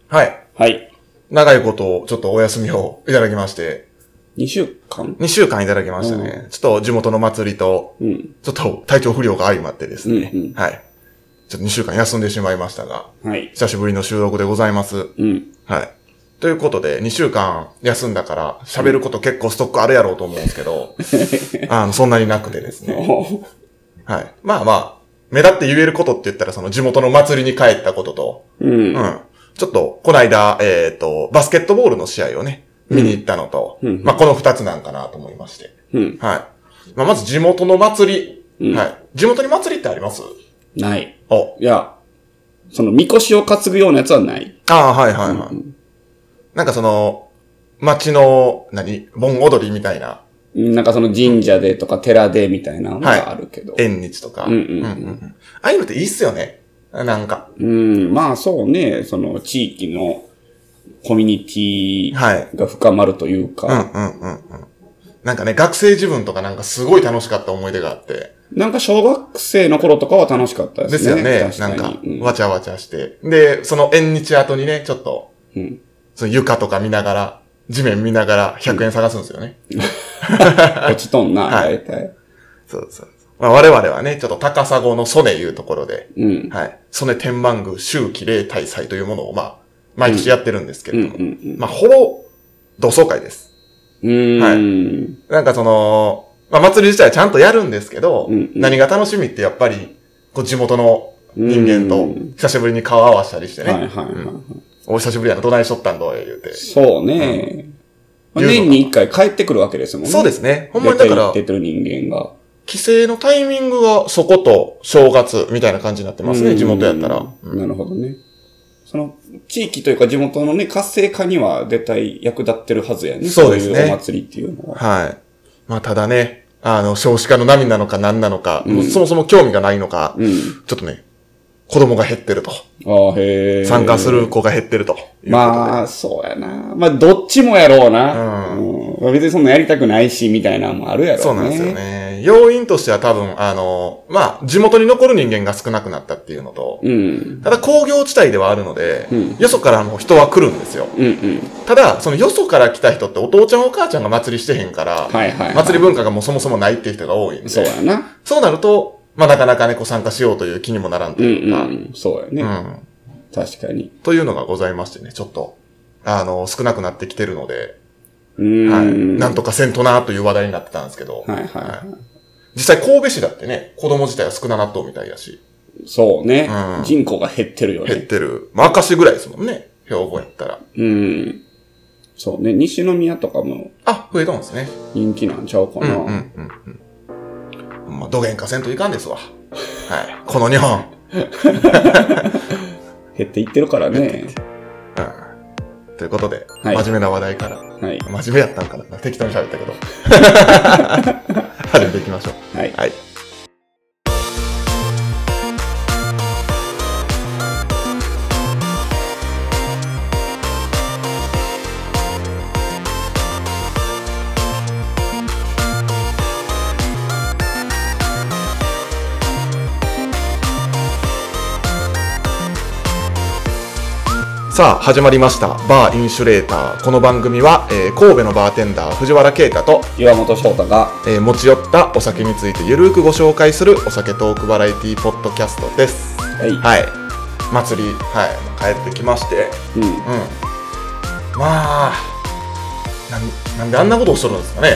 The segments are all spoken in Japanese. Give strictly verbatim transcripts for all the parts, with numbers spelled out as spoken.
はい。 はい。 長いことちょっとお休みをいただきまして。 にしゅうかん ? に 週間いただきましたね。うん、ちょっと地元の祭りと、うん、ちょっと体調不良が相まってですね。うんうん、はい。ちょっとにしゅうかん休んでしまいましたが。はい。久しぶりの収録でございます。うん。はい。ということで、にしゅうかん休んだから喋ること結構ストックあるやろうと思うんですけど、あの、そんなになくてですね。はい。まあまあ、目立って言えることって言ったらその地元の祭りに帰ったことと、うん。うん。ちょっと、この間、えっと、バスケットボールの試合をね、見に行ったのと、うん、まあこの二つなんかなと思いまして。うん、はい。まあまず地元の祭り、うん。はい。地元に祭りってあります？ ない。お。いや、その、みこしを担ぐようなやつはない。 ああ、はいはいはい。うん、なんかその、町の、何盆踊りみたいな。 なんかその神社でとか寺でみたいなのがあるけど。 はい、縁日とか。うんうんうんうん。ああいうのっていいっすよね。なんか。 うん、まあそうね、その地域のコミュニティが深まるというか。 はい、うんうんうんうん。なんかね、学生自分とかなんかすごい楽しかった思い出があって。 なんか小学生の頃とかは楽しかったですね。 ですよね。なんか、わちゃわちゃして。で、その縁日後にね、ちょっと、うん、その床とか見ながら、地面見ながらひゃくえん探すんですよね。 落ちとんな、はい、大体。 そうそう。まあ、我々はね、ちょっと高砂の曽根いうところで、うん、はい。曽根天満宮秋季例大祭というものを、まあ、毎年やってるんですけれども、うんうんうんうん、まあ、ほぼ、同窓会です。うーん。はい。なんかその、まあ、祭り自体はちゃんとやるんですけど、うんうん、何が楽しみってやっぱり、こう地元の人間と久しぶりに顔合わせたりしてね。はいはいはい、はいうん。お久しぶりやな、どないしとったんだ、言うて。 そうね。うん、年に一回帰ってくるわけですもんね。 そうですね。ほんまにだから、 出てる人間が。 帰省のタイミングがそこと正月みたいな感じになってますね、地元やったら。 うん、なるほどね。その、地域というか地元のね、活性化には絶対役立ってるはずやね。 そうですね。 そういうお祭りっていうのは。 はい。まあただね、あの、少子化の波なのか何なのか、うん、そもそも興味がないのか、うん、ちょっとね、子供が減ってると。あへ参加する子が減ってるということで。 まあ、そうやな。まあ、どっちもやろうな。うんうん、別にそんなやりたくないし、みたいなのもあるやろうね。 そうなんですよね。要因としては多分、あの、まあ、地元に残る人間が少なくなったっていうのと、うん、ただ工業地帯ではあるので、うん、よそからも人は来るんですよ。うんうん、ただ、そのよそから来た人ってお父ちゃんお母ちゃんが祭りしてへんから、はいはいはい、祭り文化がもうそもそもないっていう人が多いんで。 そうやな。 そうなると、まあなかなかね、こう参加しようという気にもならんというか。 うんうん、そうやね。うん。確かに。 というのがございましてね、ちょっと、あの、少なくなってきてるので、うん。はい。なんとかせんとなという話題になってたんですけど。はいはい、はい。実際神戸市だってね、子供自体は少ななっとうみたいやし。 そうね。うん。人口が減ってるよね。 減ってる。まあ、明石ぐらいですもんね。兵庫やったら。 うん。そうね。西宮とかも。 あ、増えたんですね。 人気なんちゃうかな。うんうんうんうん。 まあ、どげんかせんといかんですわ。はい。この日本。 減っていってるからね。 うん。ということで、はい、真面目な話題から。はい。真面目やったんかな。適当に喋ったけど。始めていきましょう。はい。はい。さあ始まりましたバーインシュレーター。この番組は、えー、神戸のバーテンダー藤原啓太と岩本翔太が、 えー、持ち寄ったお酒についてゆるくご紹介するお酒トークバラエティポッドキャストです。はい、はい、祭り、はい、帰ってきまして、うん、うん、まあな ん, なんであんなことをしとるんですかね。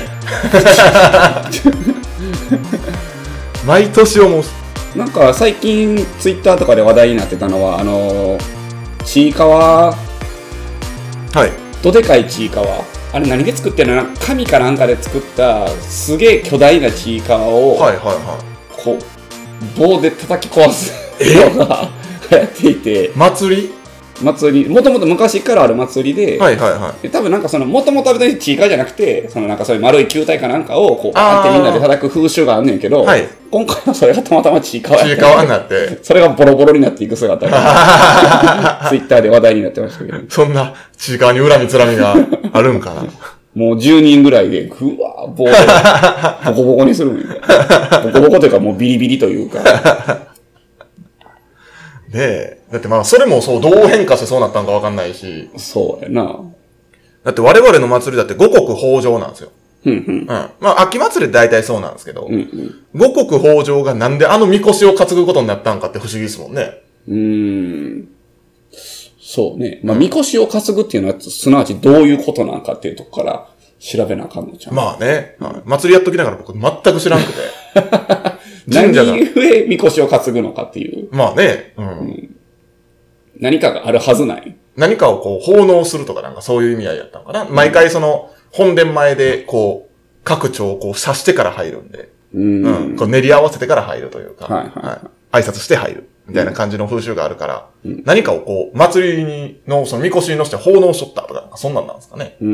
毎年思う。 なんか最近ツイッターとかで話題になってたのはあのーちいかわ、はい、どでかいちいかわ、あれ何で作ってるの？紙かなんかで作ったすげえ巨大なちいかわを、はいはいはい、こう棒で叩き壊すのが流行っていて、 祭り祭り、もともと昔からある祭りで、 はいはいはい、 多分なんかそのもともと別にちいかわじゃなくて、そのなんかそういう丸い球体かなんかをこうバーってみんなで叩く風習があんねんけど、はい、今回はそれがたまたまちいかわやちいかわになって、 それがボロボロになっていく姿がツイッターで話題になってましたけど、 そんなちいかわに恨みつらみがあるんかな。 もうじゅうにんぐらいでぐわー棒でボコボコにするんよ。ボコボコというかもうビリビリというか。 ねえ、 だってまあ、それもそう、どう変化してそうなったんかわかんないし。 そうやな。 だって我々の祭りだって五穀豊穣なんですよ。 うんうん。 うん。まあ、秋祭りって大体そうなんですけど、 うんうん、 五穀豊穣がなんであのみこしを担ぐことになったんかって不思議ですもんね。 うーん。そうね。まあ、みこしを担ぐっていうのは、すなわちどういうことなんかっていうとこから調べなあかんのじゃん。 まあね。はい、祭りやっときながら僕全く知らんくて。 何故みこしを担ぐのかっていう。 まあね、うん。うん。 何かがあるはずない。 何かをこう奉納するとかなんかそういう意味合いやったのかな。うん、毎回その本殿前でこう各町をこう刺してから入るんで。うん。うん、こう練り合わせてから入るというか。はいはい、はい。挨拶して入る。みたいな感じの風習があるから、うん、何かをこう、祭りにの、その、みこしに乗せて奉納しとったとか、そんなんなんですかね。うん。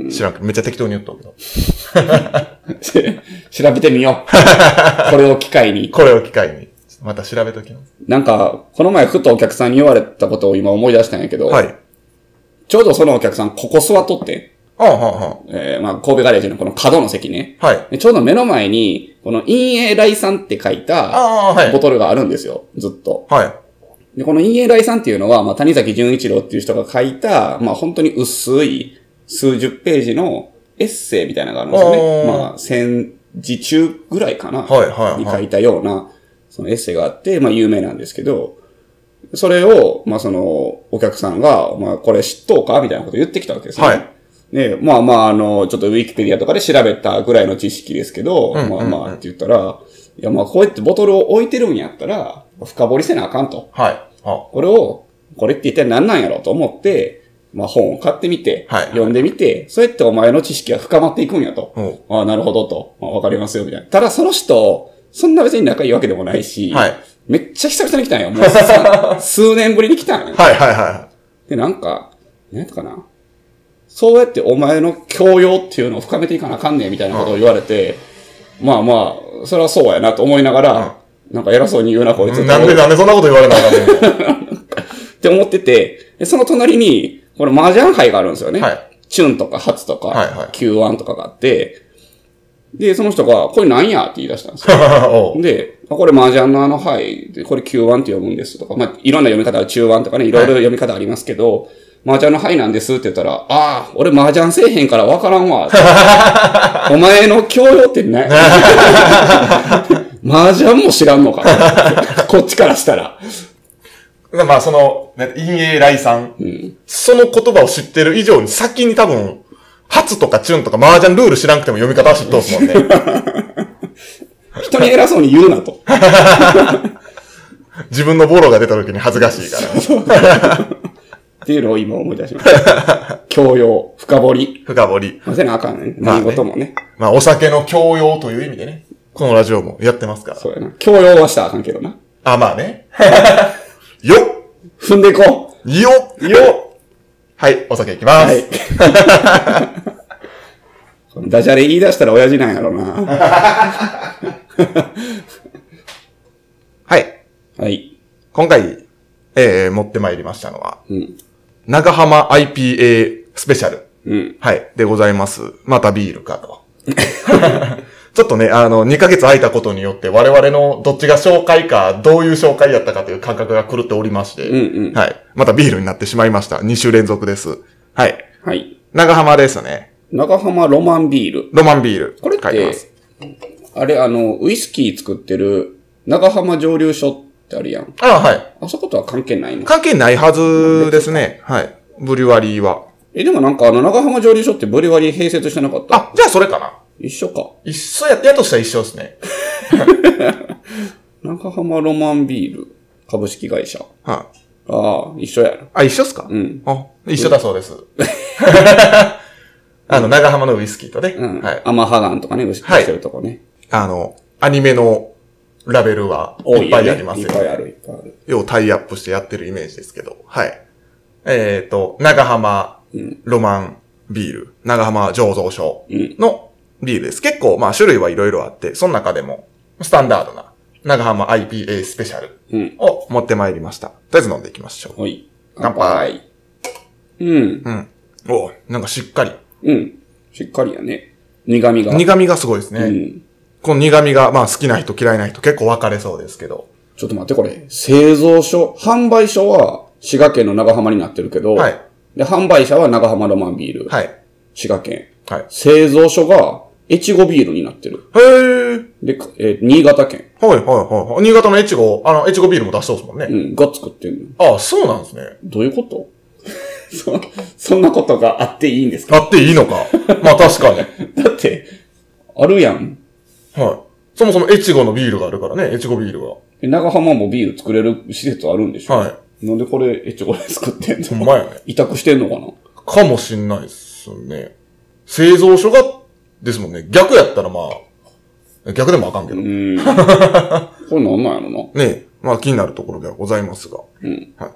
知らんけど、めっちゃ適当に言っとるけど。 調べてみよう。これを機会に。 これを機会に。また調べときます。 なんか、この前ふとお客さんに言われたことを今思い出したんやけど、はい。ちょうどそのお客さん、ここ座っとって、ああ、はあ、はあ。えー、まあ、神戸ガレージのこの角の席ね。はい。ちょうど目の前に、この陰影来さんって書いた、ボトルがあるんですよ、ずっと。はい。で、この陰影来さんっていうのは、まあ、谷崎潤一郎っていう人が書いた、まあ、本当に薄い、数十ページのエッセイみたいなのがあるんですよね。まあ、戦時中ぐらいかな。はい、はい。に書いたような、そのエッセイがあって、まあ、有名なんですけど、それを、まあ、その、お客さんが、まあ、これ知っとうかみたいなこと言ってきたわけですね。はい。ね、まあまあ、あの、ちょっとウィキペディアとかで調べたぐらいの知識ですけど、うんうんうん、まあまあって言ったら、いやまあこうやってボトルを置いてるんやったら、深掘りせなあかんと。はい。これを、これって一体何なんやろうと思って、まあ本を買ってみて、はい、読んでみて、そうやってお前の知識が深まっていくんやと。うん、ああ、なるほどと。まあ、わかりますよ、みたいな。ただその人、そんな別に仲いいわけでもないし、はい、めっちゃ久々に来たんよ。もう数年ぶりに来たんよ。はいはいはい。で、なんか、何やったかな。そうやってお前の教養っていうのを深めていかなあかんねえみたいなことを言われて、うん、まあまあ、それはそうやなと思いながら、うん、なんか偉そうに言うなこいつ。 なんでなんでそんなこと言われなあかんねんって思ってて、その隣に、この麻雀杯があるんですよね。はい、チュンとかハツとか、はいはい、キューワンとかがあって、で、その人が、これ何やって言い出したんですよ。で、これ麻雀のあの牌で、これキューワンって読むんですとか、まあ、いろんな読み方は中ワンとかね、いろいろ読み方ありますけど、はい、麻雀の牌なんですって言ったら、ああ、俺麻雀せえへんからわからんわ。お前の教養ってね。麻雀も知らんのか。こっちからしたら。 まあ、その、陰影来さん、うん。その言葉を知ってる以上に先に多分、初とかチュンとか麻雀ルール知らんくても読み方は知っとるすもんね。 人に偉そうに言うなと。 自分のボロが出た時に恥ずかしいから。 っていうのを今思い出しました。教養、深掘り。 深掘り。 まあ、せなあかんね。何事もね。 まあ、お酒の教養という意味でね。このラジオもやってますから。 そうやな。教養はしたらあかんけどな。 あ、まあね。よっ踏んでいこうよっよっはい、お酒いきます。はい。ダジャレ言い出したら親父なんやろな。 はい。はい。今回、えー、持ってまいりましたのは、うん、長浜 アイピーエー スペシャル。うん、はい。でございます。またビールかと。ちょっとね、あの、にかげつ空いたことによって我々のどっちが紹介か、どういう紹介やったかという感覚が狂っておりまして、うんうん、はい。またビールになってしまいました。に週連続です。はい。はい。長浜ですね。 長浜ロマンビール。 ロマンビール。 これって、あれ、あの、ウイスキー作ってる長浜蒸留所ってあるやん。 ああ、はい。 あそことは関係ないの？ 関係ないはずですね。はい。ブリュワリーは。 え、でもなんかあの、長浜蒸留所ってブリュワリー併設してなかった？ あ、じゃあそれかな。 一緒か。 一緒や、やとしたら一緒ですね。 長浜ロマンビール株式会社。はい。ああ、一緒やな。 あ、一緒っすか？うん。あ、一緒だそうです。あの、長浜のウイスキーとね。 うん。はい。アマハガンとかね、ウイスキーしてるとこね。 はい。あの、アニメのラベルはいっぱいありますよ。 いっぱいある、いっぱいある。 要タイアップしてやってるイメージですけど。はい。えっと、長浜ロマンビール、長浜醸造所のビールです。結構、まあ種類はいろいろあって、その中でもスタンダードな長浜 アイピーエー スペシャルを持ってまいりました。とりあえず飲んでいきましょう。はい。乾杯。うん。うん。おなんかしっかり。 うん。しっかりやね。苦味が。 苦味がすごいですね。うん。この苦味が、まあ好きな人嫌いな人結構分かれそうですけど。 ちょっと待って、これ、製造所、販売所は滋賀県の長浜になってるけど、はい。で、販売者は長浜ロマンビール。はい。滋賀県。はい。製造所が、越後ビールになってる。へー。で、えー、新潟県。 はいはいはい。新潟の越後、あの、越後ビールも出してますもんね。 うん、が作ってんの。ああ、そうなんですね。 どういうことそ、そんなことがあっていいんですか？ あっていいのか。まあ確かに。 だって、あるやん。 はい。そもそも越後のビールがあるからね、越後ビールが。 長浜もビール作れる施設あるんでしょ？はい。なんでこれ越後で作ってんの？ ほんまやね。 委託してんのかな？ かもしんないっすね。製造所が、ですもんね。逆やったらまあ、逆でもあかんけど。うん。 これなんなんやろな。 ねえ。まあ気になるところではございますが。うん。はい。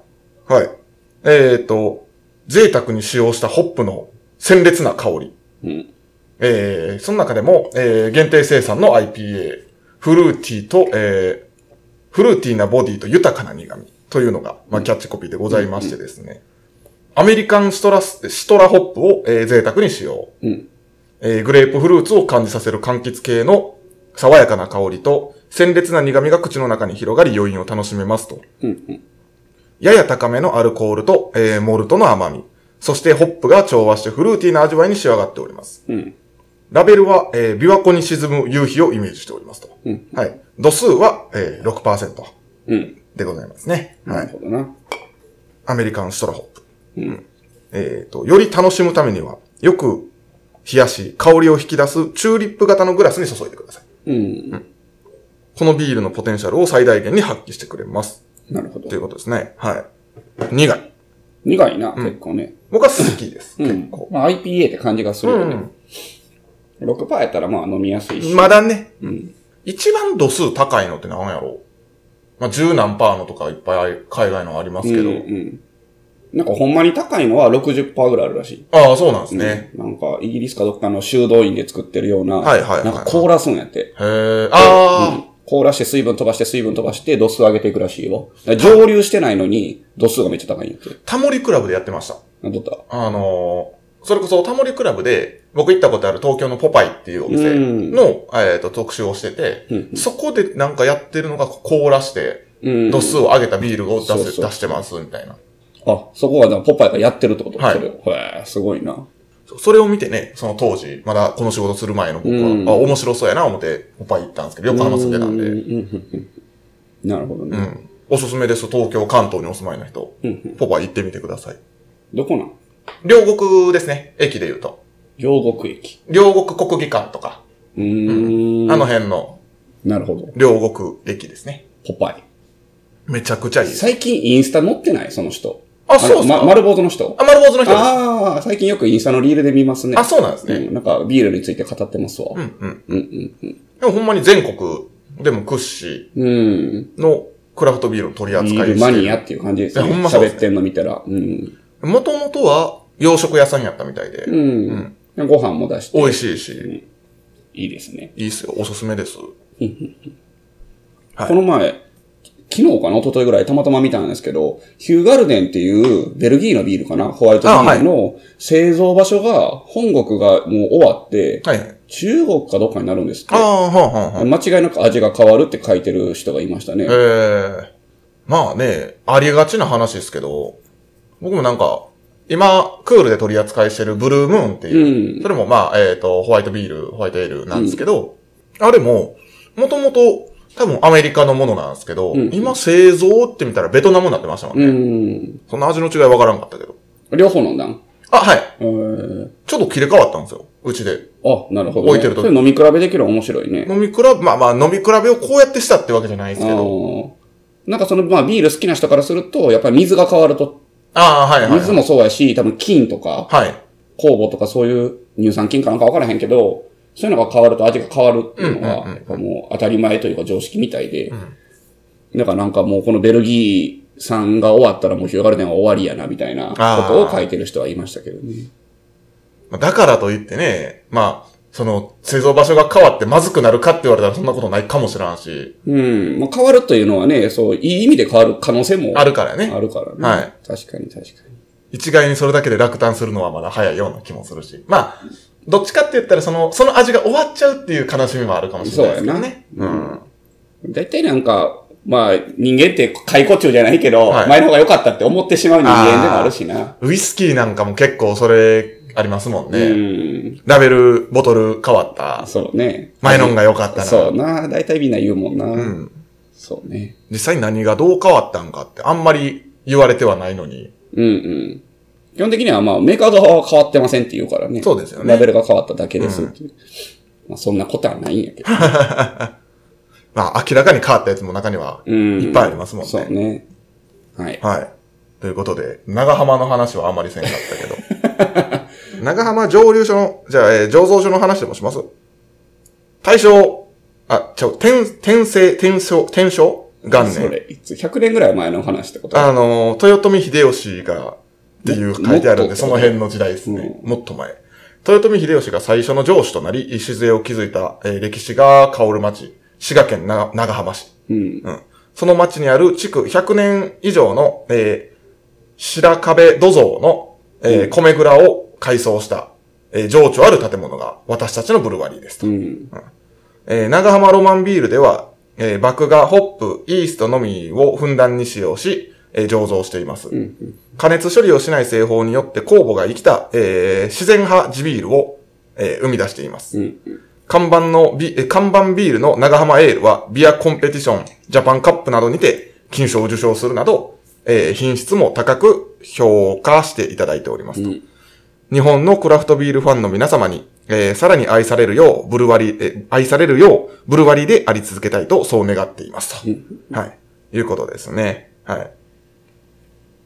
はい。えっ、ー、と、贅沢に使用したホップの鮮烈な香り。うん。えー、その中でも、えー、限定生産の アイピーエー、フルーティーと、えー、フルーティーなボディと豊かな苦味というのが、まあ、キャッチコピーでございましてですね。うん、アメリカンシトラス、シトラホップを、えー、贅沢に使用。うん。えー、グレープフルーツを感じさせる柑橘系の爽やかな香りと、鮮烈な苦味が口の中に広がり余韻を楽しめますと。うんうん、やや高めのアルコールと、えー、モルトの甘み。そしてホップが調和してフルーティーな味わいに仕上がっております。うん、ラベルは、えー、琵琶湖に沈む夕日をイメージしておりますと。うん、はい。度数は、えー、ろくパーセント。うん。でございますね。はい。なるほどな。アメリカンシトラホップ。うん。えっ、ー、と、より楽しむためには、よく冷やし、香りを引き出すチューリップ型のグラスに注いでください。うん。うん、このビールのポテンシャルを最大限に発揮してくれます。なるほど。ということですね。はい。苦い。 苦いな、うん、結構ね。 僕は好きです。 うん、 結構。 まあ アイピーエー って感じがするよね。うん、ろくパーセント やったらまあ飲みやすいし。 まだね。うん。一番度数高いのって何やろう？まあ十何パーのとかいっぱい海外のありますけど。うん、うん。 なんかほんまに高いのは ろくじゅっパーセント ぐらいあるらしい。 ああ、そうなんですね、 うん。なんかイギリスかどっかの修道院で作ってるような。はいはいはい、はい。なんか凍らすんやって。へえ。ああ、うん。 凍らして水分飛ばして水分飛ばして度数上げていくらしいよ。蒸留してないのに度数がめっちゃ高いんやって。 タモリクラブでやってました。 あ、どったあのー、それこそタモリクラブで僕行ったことある東京のポパイっていうお店の、えっと、特集をしてて、うんうん、そこでなんかやってるのが凍らして、度数を上げたビールを出せ、そうそう出してますみたいな。 あ、そこはポパイがやってるってこと？はい。それを。へー、すごいな。 それを見てね、その当時、まだこの仕事する前の僕は、うん、あ、面白そうやな思って、ポパイ行ったんですけど、横浜住んでたんで。うんなるほどね。うん。 おすすめです。東京、関東にお住まいの人。うん、ポパイ行ってみてください。 どこなん？ 両国ですね。駅で言うと。 両国駅。 両国国技館とか。うーん、うん。あの辺の。 なるほど。 両国駅ですね。 ポパイ。 めちゃくちゃいいです。 最近インスタ載ってないその人。 あ、そうですか、 ま、丸坊主の人。 あ、丸坊主の人です。 ああ、最近よくインスタのリールで見ますね。 あ、そうなんですね。 うん、なんかビールについて語ってますわ。 うんうん。うんうんうん。でもほんまに全国でも屈指のクラフトビールの取り扱いしてる。ビールマニアっていう感じですね。ほんまそうですね。喋ってんの見たら。うん。もともとは洋食屋さんやったみたいで。うん。うん、ご飯も出して。 美味しいし、うん。 いいですね。 いいっすよ。おすすめです。 はい、この前、昨日かな一昨日ぐらいたまたま見たんですけど、ヒューガルデンっていうベルギーのビールかなホワイトビールの製造場所が、本国がもう終わって、はい、中国かどっかになるんですって。あははは間違いなく味が変わるって書いてる人がいましたね。 へー。まあね、ありがちな話ですけど、僕もなんか、今、クールで取り扱いしてるブルームーンっていう、うん、それもまあ、えっと、ホワイトビール、ホワイトエールなんですけど、うん、あれも、もともと、多分アメリカのものなんですけど、うん、今製造って見たらベトナムになってましたもんね。うん、そんな味の違いわからんかったけど。 両方飲んだん？ あ、はい。ちょっと切れ替わったんですよ。うちで。 あ、なるほど、ね。 置いてると。 それ飲み比べできるの面白いね。 飲み比べ、まあまあ飲み比べをこうやってしたってわけじゃないですけど。 なんかその、まあビール好きな人からすると、やっぱり水が変わると。 ああ、はいはい、はい。 水もそうやし、多分菌とか。はい。酵母とかそういう乳酸菌かなんかわからへんけど、そういうのが変わると味が変わるっていうのは、やっぱもう当たり前というか常識みたいで。うん、だからなんかもうこのベルギーさんが終わったらもうヒューガルデンは終わりやなみたいなことを書いてる人はいましたけどね。 だからといってね、まあ、その製造場所が変わってまずくなるかって言われたらそんなことないかもしれんし。 うん。まあ変わるというのはね、そう、いい意味で変わる可能性もあるからね。 あるからね。 はい。 確かに確かに。 一概にそれだけで落胆するのはまだ早いような気もするし。まあ、どっちかって言ったらその、その味が終わっちゃうっていう悲しみもあるかもしれないですけどね。 そうやな。うん。だいたいなんか、 まあ、人間って解雇中じゃないけど、はい、前の方が良かったって思ってしまう人間でもあるしな。 ウイスキーなんかも結構それありますもんね。うん、ラベル、ボトル変わった。 そうね。 前のが良かったな。 そうな。大体みんな言うもんな。うん。そうね。 実際何がどう変わったんかってあんまり言われてはないのに。 うんうん。基本的にはまあ、メーカーは変わってませんって言うからね。 そうですよね。 ラベルが変わっただけですっていう。うん、まあ、そんなことはないんやけど、ね。 まあ、明らかに変わったやつも中にはいっぱいありますもんね。 そうね。はい。 はい。ということで、長浜の話はあんまりせんかったけど。長浜蒸留所の、じゃあ、えー、醸造所の話でもします？大正、あ、ちょ、天、天聖、天正、天正元年。 それ、いつ、ひゃくねんぐらい前の話ってこと？ あの、豊臣秀吉が、っていう書いてあるんで、その辺の時代ですね。うん、もっと前。豊臣秀吉が最初の城主となり、礎を築いた、えー、歴史が香る町。滋賀県な長浜市、うんうん。その町にある築ひゃくねん以上の、えー、白壁土蔵の、えーうん、米蔵を改装した、えー、情緒ある建物が私たちのブルワリーですと。うんうんえー、長浜ロマンビールでは、えー、麦芽、ホップ、イーストのみをふんだんに使用し、えー、醸造しています、うんうん。加熱処理をしない製法によって酵母が生きた、えー、自然派地ビールを、えー、生み出しています。うんうん看板のビ、看板ビールの長浜エールはビアコンペティション、ジャパンカップなどにて金賞を受賞するなど、えー、品質も高く評価していただいておりますと、うん。日本のクラフトビールファンの皆様に、えー、さらに愛されるよう、ブルワリー、えー、愛されるよう、ブルワリーであり続けたいとそう願っていますと。うん、はい。いうことですね。はい。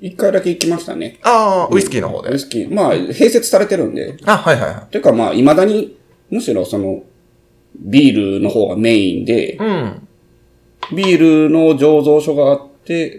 一回だけ行きましたね。 ああ、ウイスキーの方で。 ウイスキー。まあ、併設されてるんで。 あ、はいはいはい。 というかまあ、未だに、むしろその、ビールの方がメインで、うん、ビールの醸造所があって、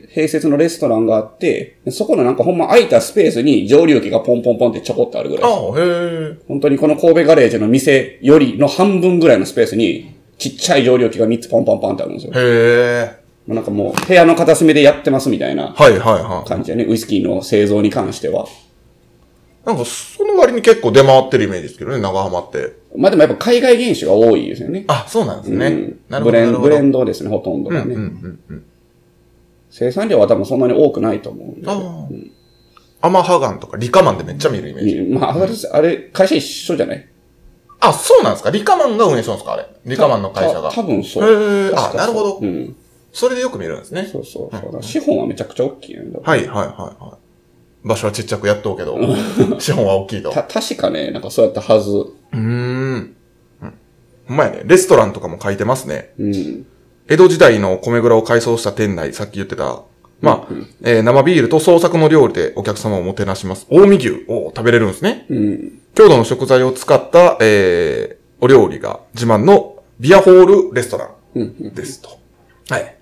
併設のレストランがあって、そこのなんかほんま空いたスペースに蒸留機がポンポンポンってちょこっとあるぐらいです。ああ、へー。本当にこの神戸ガレージの店よりの半分ぐらいのスペースに、ちっちゃい蒸留機がみっつポンポンポンってあるんですよ。 へー。なんかもう部屋の片隅でやってますみたいなはいはいはい。 感じでね、ウイスキーの製造に関しては。 なんかその割に結構出回ってるイメージですけどね、長浜って。 まあでもやっぱ海外原酒が多いですよね。 あ、そうなんですね。うん、 なるほど。ブレンド、ブレンドですね、ほとんどがね。うんうんうんうん、生産量は多分そんなに多くないと思うんで。ああ。うん、 アマハガンとかリカマンでめっちゃ見るイメージ。 まあ、あれ、あれ会社一緒じゃないあ、そうなんですかリカマンが運営してるんですかあれ。リカマンの会社が。 た多分そう。 へー。あ、なるほど。うん。それでよく見るんですね。 そうそうそう、うん。資本はめちゃくちゃ大きいね。 はいはいはいはい。場所はちっちゃくやっとうけど、資本は大きいと。 た、確かね、なんかそうやったはず。うーん。うん。ほんまやね。レストランとかも書いてますね。うん。江戸時代の米蔵を改装した店内、さっき言ってた、まあ、うんうん、えー、生ビールと創作の料理でお客様をもてなします。近江牛を食べれるんですね。うん。郷土の食材を使った、えー、お料理が自慢のビアホールレストランですと。うんうん、はい。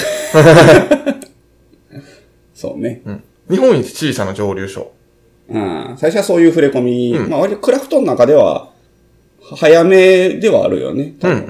そうね。 うん。日本一小さな蒸留所。 うん。最初はそういう触れ込み。うん、まあ割とクラフトの中では、早めではあるよね。 うんうんうん。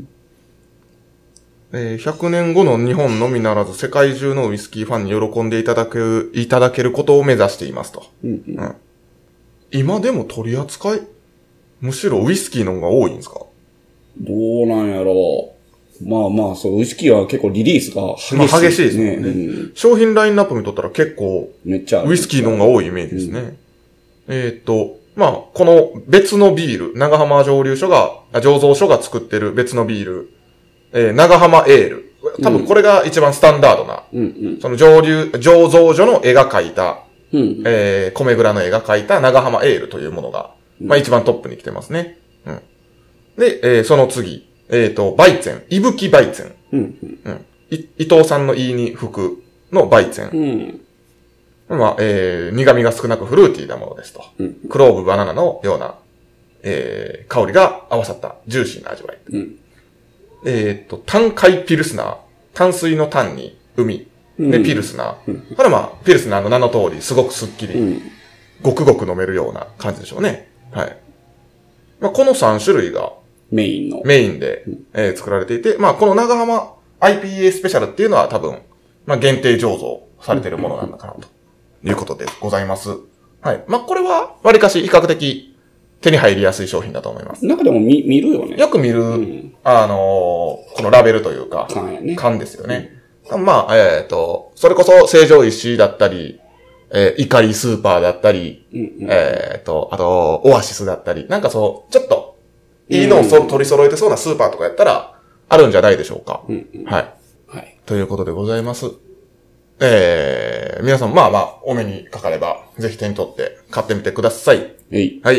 えー、ひゃくねんごの日本のみならず世界中のウイスキーファンに喜んでいただく、いただけることを目指していますと。うんうんうん、今でも取り扱い、むしろウイスキーの方が多いんですか？ どうなんやろう。まあまあ、そう、ウイスキーは結構リリースが激しい、 ね。まあ激しいですね、うん。商品ラインナップ見とったら結構、めっちゃウイスキーの方が多いイメージですね。うん、えー、っと、まあ、この別のビール、長浜蒸留所が、醸造所が作ってる別のビール、えー、長浜エール。多分これが一番スタンダードな、うんうん、その蒸留、醸造所の絵が描いた、うんうん、えー、米蔵の絵が描いた長浜エールというものが、まあ一番トップに来てますね。うん、で、えー、その次、えっ、ー、と、バイツェン、いぶきバイツェン。うんうんうん、伊藤さんの言いに吹くのバイツェン。うん、まあ、えー、苦味が少なくフルーティーなものですと。うん、クローブ、バナナのような、えー、香りが合わさったジューシーな味わい。うん、えっ、ー、と、炭海ピルスナー。淡水の炭に海。で、ピルスナー。うん、これはまあ、ピルスナーの名の通り、すごくスッキリ、うん、ごくごく飲めるような感じでしょうね。はい。まあ、このさん種類が、 メインの。 メインで、えー、作られていて、まあ、この長浜 アイピーエー スペシャルっていうのは多分、まあ、限定醸造されているものなんだかなということでございます。はい。まあ、これは、わりかし比較的手に入りやすい商品だと思います。 なんかでも見、見るよね。 よく見る、うん、あのー、このラベルというか、 缶やね。 缶ですよね。うん、まあ、えっ、ー、と、それこそ成城石井だったり、えー、イカリスーパーだったり、うんうん、えっ、ー、と、あと、オアシスだったり、なんかそう、ちょっと、いいのをそ、うん、取り揃えてそうなスーパーとかやったら、あるんじゃないでしょうか。うんうん、はい。はい。ということでございます。えー、皆さん、まあまあ、お目にかかれば、ぜひ手に取って買ってみてください。 はい。 はい。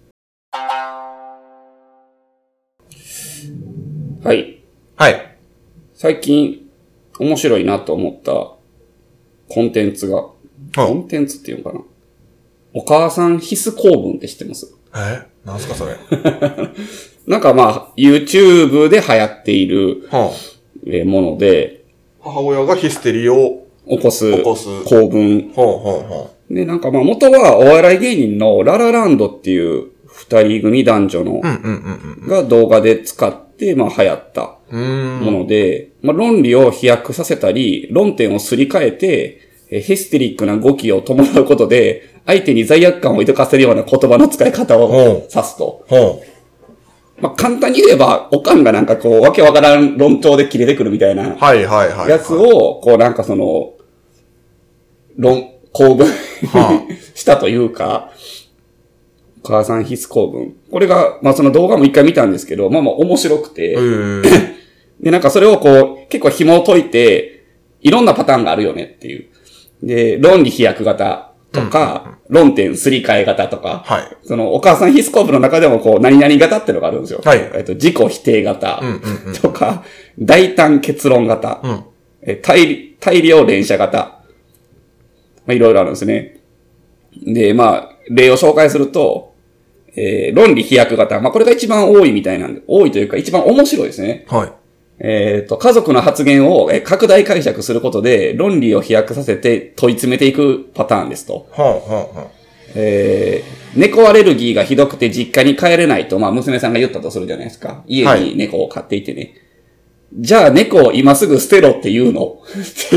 はい。 はい。 最近、面白いなと思ったコンテンツが、コンテンツっていうのかな。お母さん必須公文って知ってます？ えなんすかそれ。 なんかまあ、YouTube で流行っているもので、 母親がヒステリーを起こす起こす公文。 ほうほうほう。で、なんかまあ元はお笑い芸人のララランドっていう二人組男女のが動画で使ってまあ流行ったもので、まあ論理を飛躍させたり、論点をすり替えて、ヒステリックな語気を伴うことで、相手に罪悪感を抱かせるような言葉の使い方を指すと。 ほうまあ、簡単に言えば、おかんがなんかこう、わけわからん論調で切れてくるみたいな。 はいはいはい。 やつを、こうなんかその、論、公文したというか、お母さん必須公文。これが、まあその動画も一回見たんですけど、まあまあ面白くて。で、なんかそれをこう、結構紐を解いて、いろんなパターンがあるよねっていう。で、論理飛躍型。とか、うん、論点すり替え型とか、 はい、 そのお母さん必須公文の中でもこう、何々型っていうのがあるんですよ。 はい、 えっと、自己否定型とか、うんうん、大胆結論型、うん、え大、大量連射型、まあ、いろいろあるんですね。で、まあ、例を紹介すると、えー、論理飛躍型、まあ、これが一番多いみたいなんで、多いというか一番面白いですね。 はい。 えっと、家族の発言を拡大解釈することで論理を飛躍させて問い詰めていくパターンですと。 はあはあはあ、 えー、猫アレルギーがひどくて実家に帰れないと、まあ娘さんが言ったとするじゃないですか。家に猫を飼っていてね。はい、じゃあ猫を今すぐ捨てろって言うのっていう。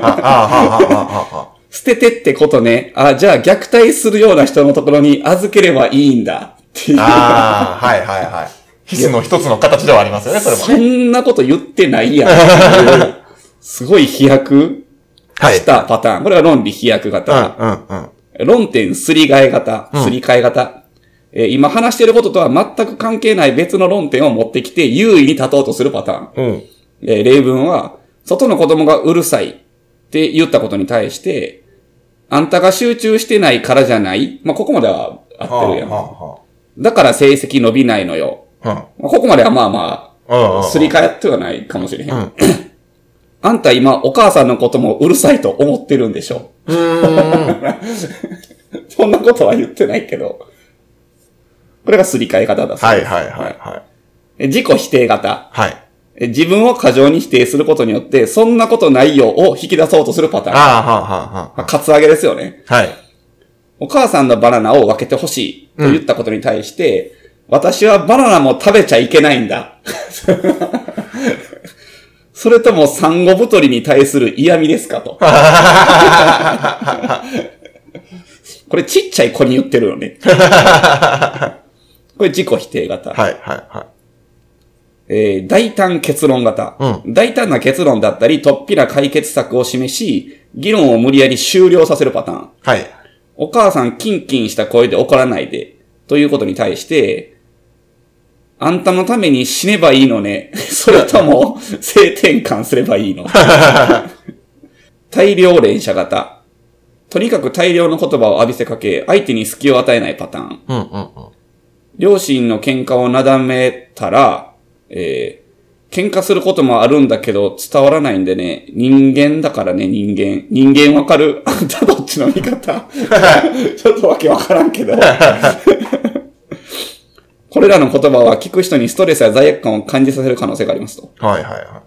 捨ててってことね。あ、じゃあ虐待するような人のところに預ければいいんだっていう。 ああ、はいはいはい。必須の一つの形ではありますよね、それもね。 そんなこと言ってないやん。すごい飛躍したパターン。はい、これは論理飛躍型。 うんうんうん、論点すり替え型。すり替え型、うんえー。今話していることとは全く関係ない別の論点を持ってきて優位に立とうとするパターン。 うんえー、例文は、外の子供がうるさいって言ったことに対して、あんたが集中してないからじゃない。まあ、ここまでは合ってるやん。はあはあ、だから成績伸びないのよ。 うん、 ここまではまあまあ、すり替えってはないかもしれへん。うん、あんた今お母さんのこともうるさいと思ってるんでしょ。 うーんそんなことは言ってないけど。これがすり替え方だそうです。 はいはいはいはい。 自己否定型。 はい。 自分を過剰に否定することによって、そんなことないよを引き出そうとするパターン。 ああ、はあ、はあ。 カツアゲですよね。 はい。 お母さんのバナナを分けてほしいと言ったことに対して、うん私はバナナも食べちゃいけないんだ。それとも産後太りに対する嫌味ですかと。これちっちゃい子に言ってるよね。これ自己否定型。 はいはいはい。 えー、大胆結論型、うん。大胆な結論だったり、突飛な解決策を示し、議論を無理やり終了させるパターン。 はい。 お母さんキンキンした声で怒らないで。ということに対して、あんたのために死ねばいいのね。それとも、性転換すればいいの。大量連射型。とにかく大量の言葉を浴びせかけ、相手に隙を与えないパターン。 うんうんうん、 両親の喧嘩をなだめたら、えー、喧嘩することもあるんだけど伝わらないんでね、人間だからね、人間。人間わかる？あんたどっちの味方？ちょっとわけわからんけど。これらの言葉は聞く人にストレスや罪悪感を感じさせる可能性がありますと。 はいはいはい。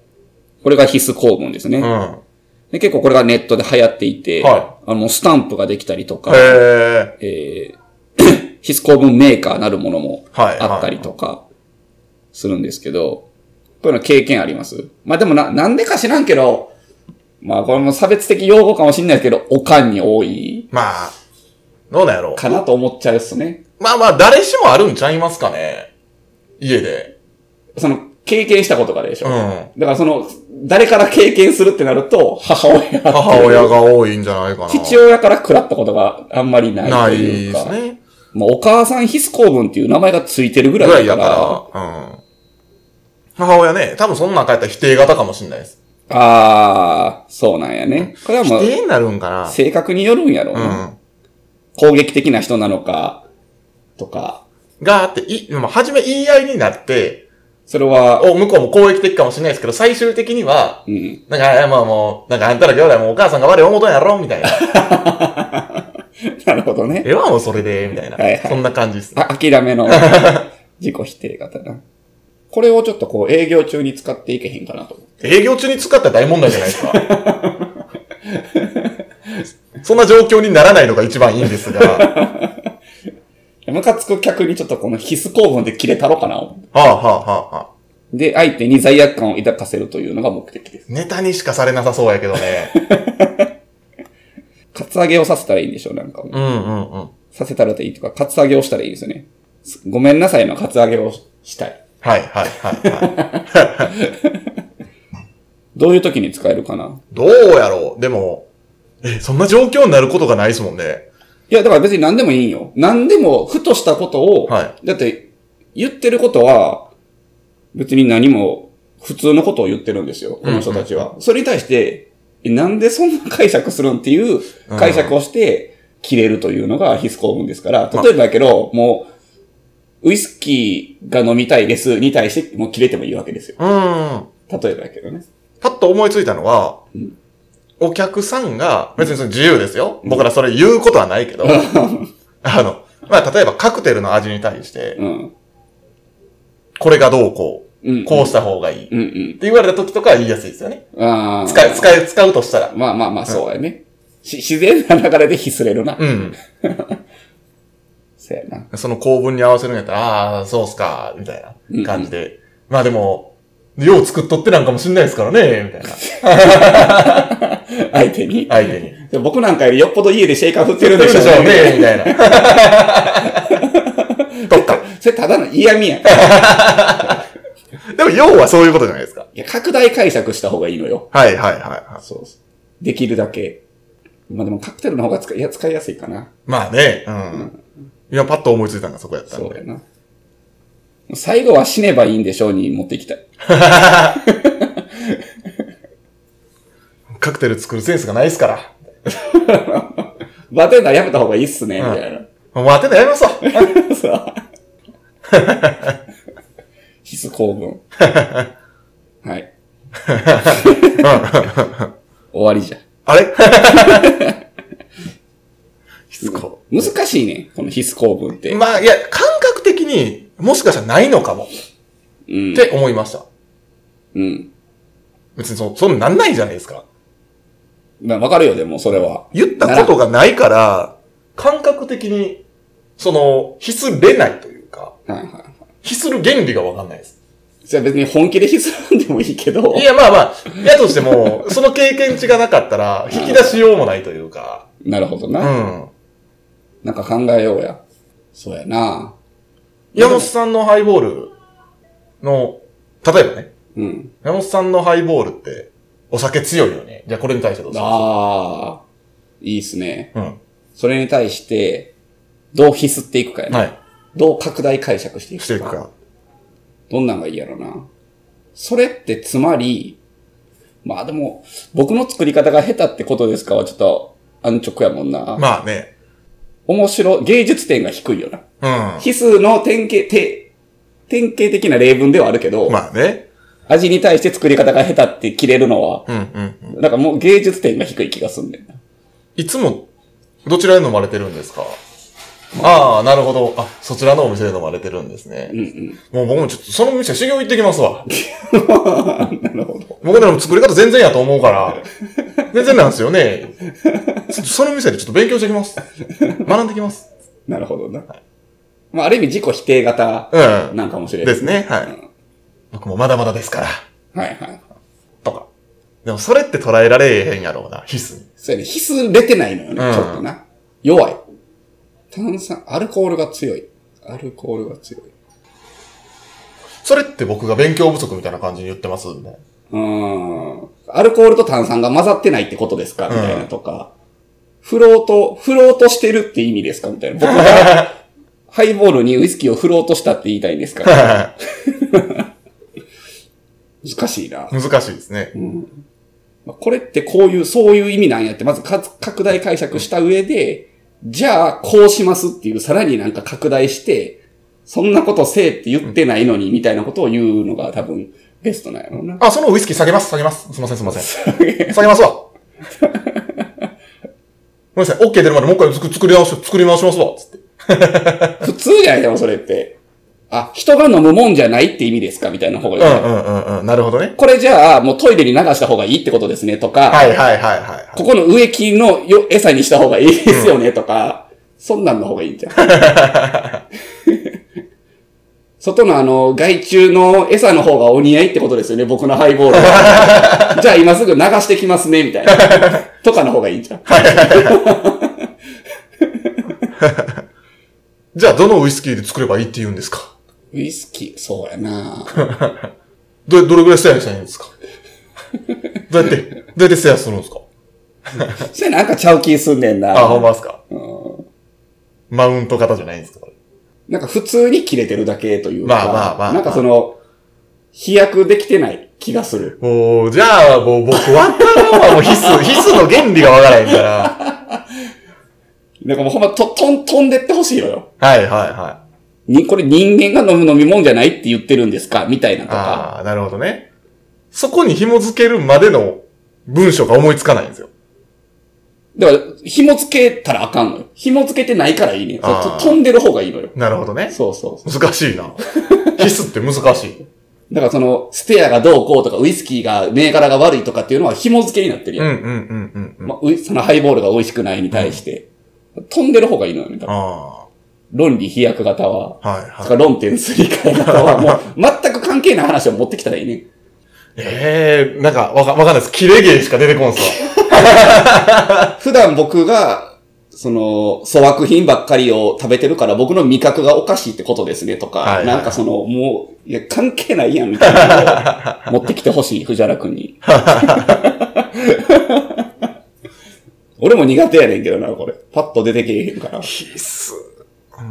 これが必須公文ですね。 うん、 で結構これがネットで流行っていて、 はい、 あのスタンプができたりとか、 へえー、必須公文メーカーなるものもあったりとかするんですけど、はいはいはい、こういうの経験あります？まあでもな、なんでか知らんけど、まあこれも差別的用語かもしれないですけど、おかんに多い。 まあ、どうなんやろう。 かなと思っちゃうっすね。 まあまあ、誰しもあるんちゃいますかね。家で。 その、経験したことがでしょ。 うん。 だからその、誰から経験するってなると、母親。 母親が多いんじゃないかな。 父親から食らったことがあんまりないというか。 ないですね。 もうお母さんヒス構文っていう名前がついてるぐらいだから。ぐらいだから。うん。母親ね、多分そんなん書いたら否定型かもしれないです。 ああ、そうなんやね。これはもう。 否定になるんかな。 性格によるんやろうな。うん。攻撃的な人なのか、とか。 があって、い、はじめ言い合いになって、 それは、 お、向こうも攻撃的かもしれないですけど、最終的には、うん、なんか、まあもう、なんかあんたら兄弟もお母さんが悪い思うとんやろみたいな。 なるほどね。 えはもうそれで、みたいな。はいはい、そんな感じです、 ね。あ、諦めの自己否定型な。これをちょっとこう営業中に使っていけへんかなと。 営業中に使ったら大問題じゃないですか。そんな状況にならないのが一番いいんですが。 ムカつく客にちょっとこの必須構文で切れたろかな。はあ、はあはあはあ、 で、相手に罪悪感を抱かせるというのが目的です。 ネタにしかされなさそうやけどね。 カツアゲをさせたらいいんでしょう、なんか。 うんうんうん。 させたらでいいとか、カツアゲをしたらいいですよね。ごめんなさいのカツアゲをしたい。 はいはいはいはい。 どういう時に使えるかな？ どうやろう？でも、え、そんな状況になることがないですもんね。 いや、だから別に何でもいいんよ。何でも、ふとしたことを、はい、だって、言ってることは、別に何も、普通のことを言ってるんですよ。この人たちは。うんうん、それに対して、なんでそんな解釈するんっていう解釈をして、切れるというのが必須構文ですから、例えばだけど、もう、ウイスキーが飲みたいですに対して、もう切れてもいいわけですよ。 うん。 例えばだけどね。 パッと思いついたのは、うん、お客さんが、別にその自由ですよ。うん、僕らそれ言うことはないけど、あの、まあ、例えばカクテルの味に対して、うん、これがどうこう、うんうん、こうした方がいい、うんうん、って言われた時とかは言いやすいですよね。あ使い、使い、使うとしたら。 まあまあまあ、そうやね。うん、し自然な流れでひすれるな。うん。そうやな。 その構文に合わせるんやったら、ああ、そうっすか、みたいな感じで。うんうん、まあでも、よう作っとってなんかもしんないですからね、みたいな。 相手に相手に。 僕なんかよりよっぽど家でシェイカー振ってるんでしょうね。 振ってるでしょうね、みたいな。とか。 それただの嫌味やん。 でも、要はそういうことじゃないですか。 いや、拡大解釈した方がいいのよ。 はいはいはい、はい。 そうできるだけ。まあでもカクテルの方が使い、いや、使いやすいかな。 まあね、うん。うん、今パッと思いついたのがそこやったんで。 そうやな。最後は死ねばいいんでしょうに持っていきたい。 カクテル作るセンスがないっすから。 バーテンダーやめた方がいいっすね、うん、みたいな。 バーテンダーやめますわ。 必須構文。はい。終わりじゃん。 あれ必須構文。難しいね、この必須構文って。 まあ、いや、感覚的にもしかしたらないのかも。うん、って思いました。うん。別にそ、そんなんなんないじゃないですか。 まあ、わかるよ、でも、それは。 言ったことがないから、感覚的に、その、ひすれないというか、はいはいはい、ひする原理がわかんないです。 じゃあ別に本気でひすらんでもいいけど。 いや、まあまあ、やとしても、その経験値がなかったら、引き出しようもないというか。 なるほどな。うん。なんか考えようや。そうやな。 山本さんのハイボールの、例えばね。うん。山本さんのハイボールって、お酒強いよね。じゃあこれに対してどうする？ ああ、いいっすね。うん。それに対して、どうひすっていくかやね。はい。どう拡大解釈していくか。していくか。どんなんがいいやろな。それってつまり、まあでも、僕の作り方が下手ってことですかはちょっと安直やもんな。 まあね。 面白、芸術点が低いよな。うん。比数の典型、て、典型的な例文ではあるけど。 まあね。 味に対して作り方が下手って切れるのは、うんうんうん。なんかもう芸術点が低い気がすんねんな。 いつも、どちらで飲まれてるんですか？ああ、なるほど。あ、そちらのお店で飲まれてるんですね。うんうん。もう僕もちょっとその店修行行ってきますわ。なるほど。僕らの作り方全然やと思うから。全然なんですよね。その店でちょっと勉強してきます。学んできます。 なるほどな。はい、まあ、ある意味自己否定型なんかもしれない、 うん、ですね。はい、うん。僕もまだまだですから。 はいはい。 とか。でもそれって捉えられへんやろうな、必須に。 そうやね。必須出てないのよね、うん、ちょっとな。弱い。 炭酸、アルコールが強い。アルコールが強い。 それって僕が勉強不足みたいな感じに言ってますんで。 うん。アルコールと炭酸が混ざってないってことですかみたいなとか。うん、フロート、フロートしてるって意味ですかみたいな。僕がハイボールにウイスキーをフロートしたって言いたいんですか難しいな。 難しいですね。うん、 これってこういう、そういう意味なんやって、まず拡大解釈した上で、じゃあこうしますっていう、さらになんか拡大して、そんなことせえって言ってないのに、みたいなことを言うのが多分ベストなんやろうな。 あ、そのウイスキー下げます、下げます。すいません、すいません。下げますわ。ごめんなさい、OK 出るまでもう一回作り直し、作り直しますわ、つって。 普通じゃないでもそれって。あ、人が飲むもんじゃないって意味ですかみたいな方がいい。 うんうんうんうん。なるほどね。 これじゃあ、もうトイレに流した方がいいってことですね、とか。 はいはいはいはい、はい。 ここの植木のよ餌にした方がいいですよね、とか。うん、そんなんの方がいいんじゃん。外のあの、害虫の餌の方がお似合いってことですよね、僕のハイボールは。じゃあ今すぐ流してきますね、みたいな。とかの方がいいんじゃん。 じゃあどのウイスキーで作ればいいって言うんですか？ ウイスキー、そうやなど、どれぐらいセアしたらいいんですか？どうやって、どうやってセアするんですか？ それなんかちゃう気すんねんな。 あ、ほんまですか？うん。マウント型じゃないんですか？ なんか普通に切れてるだけというか。 まあまあまあ、まあ。 なんかその、飛躍できてない気がする。 もう、じゃあもう僕わからんわ。もう必須、必須の原理がわからへんから。 なんかもうほんまと、とん、飛んでってほしいのよ。 はいはいはい。 に、これ人間が飲む飲み物じゃないって言ってるんですかみたいなとか。 ああ、なるほどね。そこに紐付けるまでの文章が思いつかないんですよ。だから、紐付けたらあかんのよ。紐付けてないからいいね。飛んでる方がいいのよ。 なるほどね。 そうそうそう。難しいな。必須って難しい。 だからその、ステアがどうこうとか、ウイスキーが、銘柄が悪いとかっていうのは紐付けになってるやん。 うんうんうんうん、うん。 まあ、そのハイボールが美味しくないに対して。うん、飛んでる方がいいのよね。ああ。論理飛躍型は。はいはい。論点すり替え型は、もう、全く関係ない話を持ってきたらいいね。 ええー、なんか、わか、わかんないです。キレゲーしか出てこんすわ。普段僕が、その、粗悪品ばっかりを食べてるから僕の味覚がおかしいってことですねとか、はいはい、なんかその、もう、いや、関係ないやんみたいなのを持ってきてほしい、藤原くんに。俺も苦手やねんけどな、これ。パッと出てけえへんから。 必須。 うん。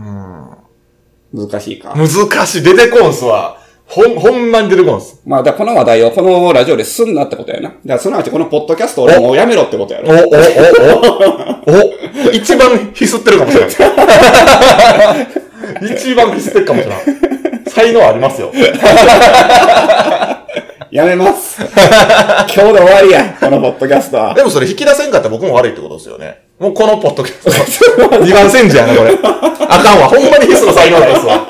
難しいか。 難しい。出てこんすわ。ほん、ほんまに出てこんす。 まあ、だこの話題をこのラジオですんなってことやな。だからすなわちこのポッドキャスト俺もうやめろってことやろ。お、お、 お、お、お、一番ヒスってるかもしれない。一番ヒスってるかもしれない。才能ありますよ。 やめます。今日で終わりや、このポッドキャストは。 でもそれ引き出せんかったら僕も悪いってことですよね。もうこのポッドキャスト。二番煎じやな、これ。あかんわ。ほんまにヒスの才能ないですわ。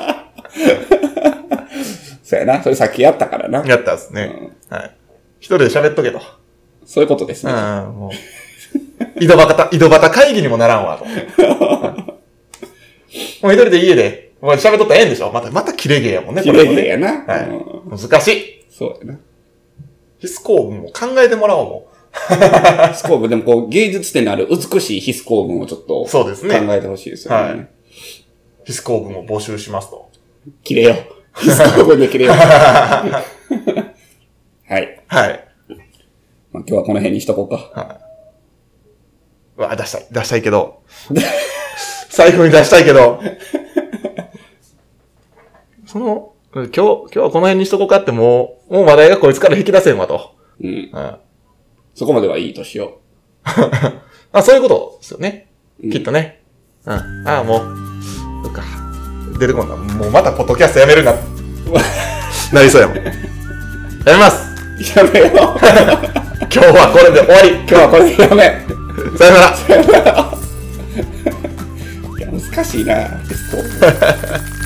そうやな。それさっきやったからな。 やったっすね。うん、はい。一人で喋っとけと。 そういうことですね。 うん、もう。井戸端、井戸端会議にもならんわ、と。もう一人で家で、もう喋っとったらええんでしょ。また、またキレゲーやもんね、 キレゲーやな。 はい、うん。難しい。 そうやな。 ヒス構文を考えてもらおうもん。ヒス構文、でもこう、芸術点のある美しいヒス構文をちょっと。 そうですね。 考えてほしいですよね。はい。 ヒス構文を募集しますと。 切れよ。ヒス構文で切れよ。はい。 はい。 まあ、今日はこの辺にしとこうか。はい。 うわ、出したい。出したいけど。財布に出したいけど。その、今日、今日はこの辺にしとこうかってもう、もう話題がこいつから引き出せんわと。 うん。うん、そこまではいいとしよう。 あ、そういうことですよね。うん、きっとね。うん。ああ、もう、そっか。出てこんな。もうまたポッドキャストやめるな。なりそうやもん。やめます。 やめよう。今日はこれで終わり。 今日はこれでやめ。 さよなら。 さよなら。いや、難しいな、テスト。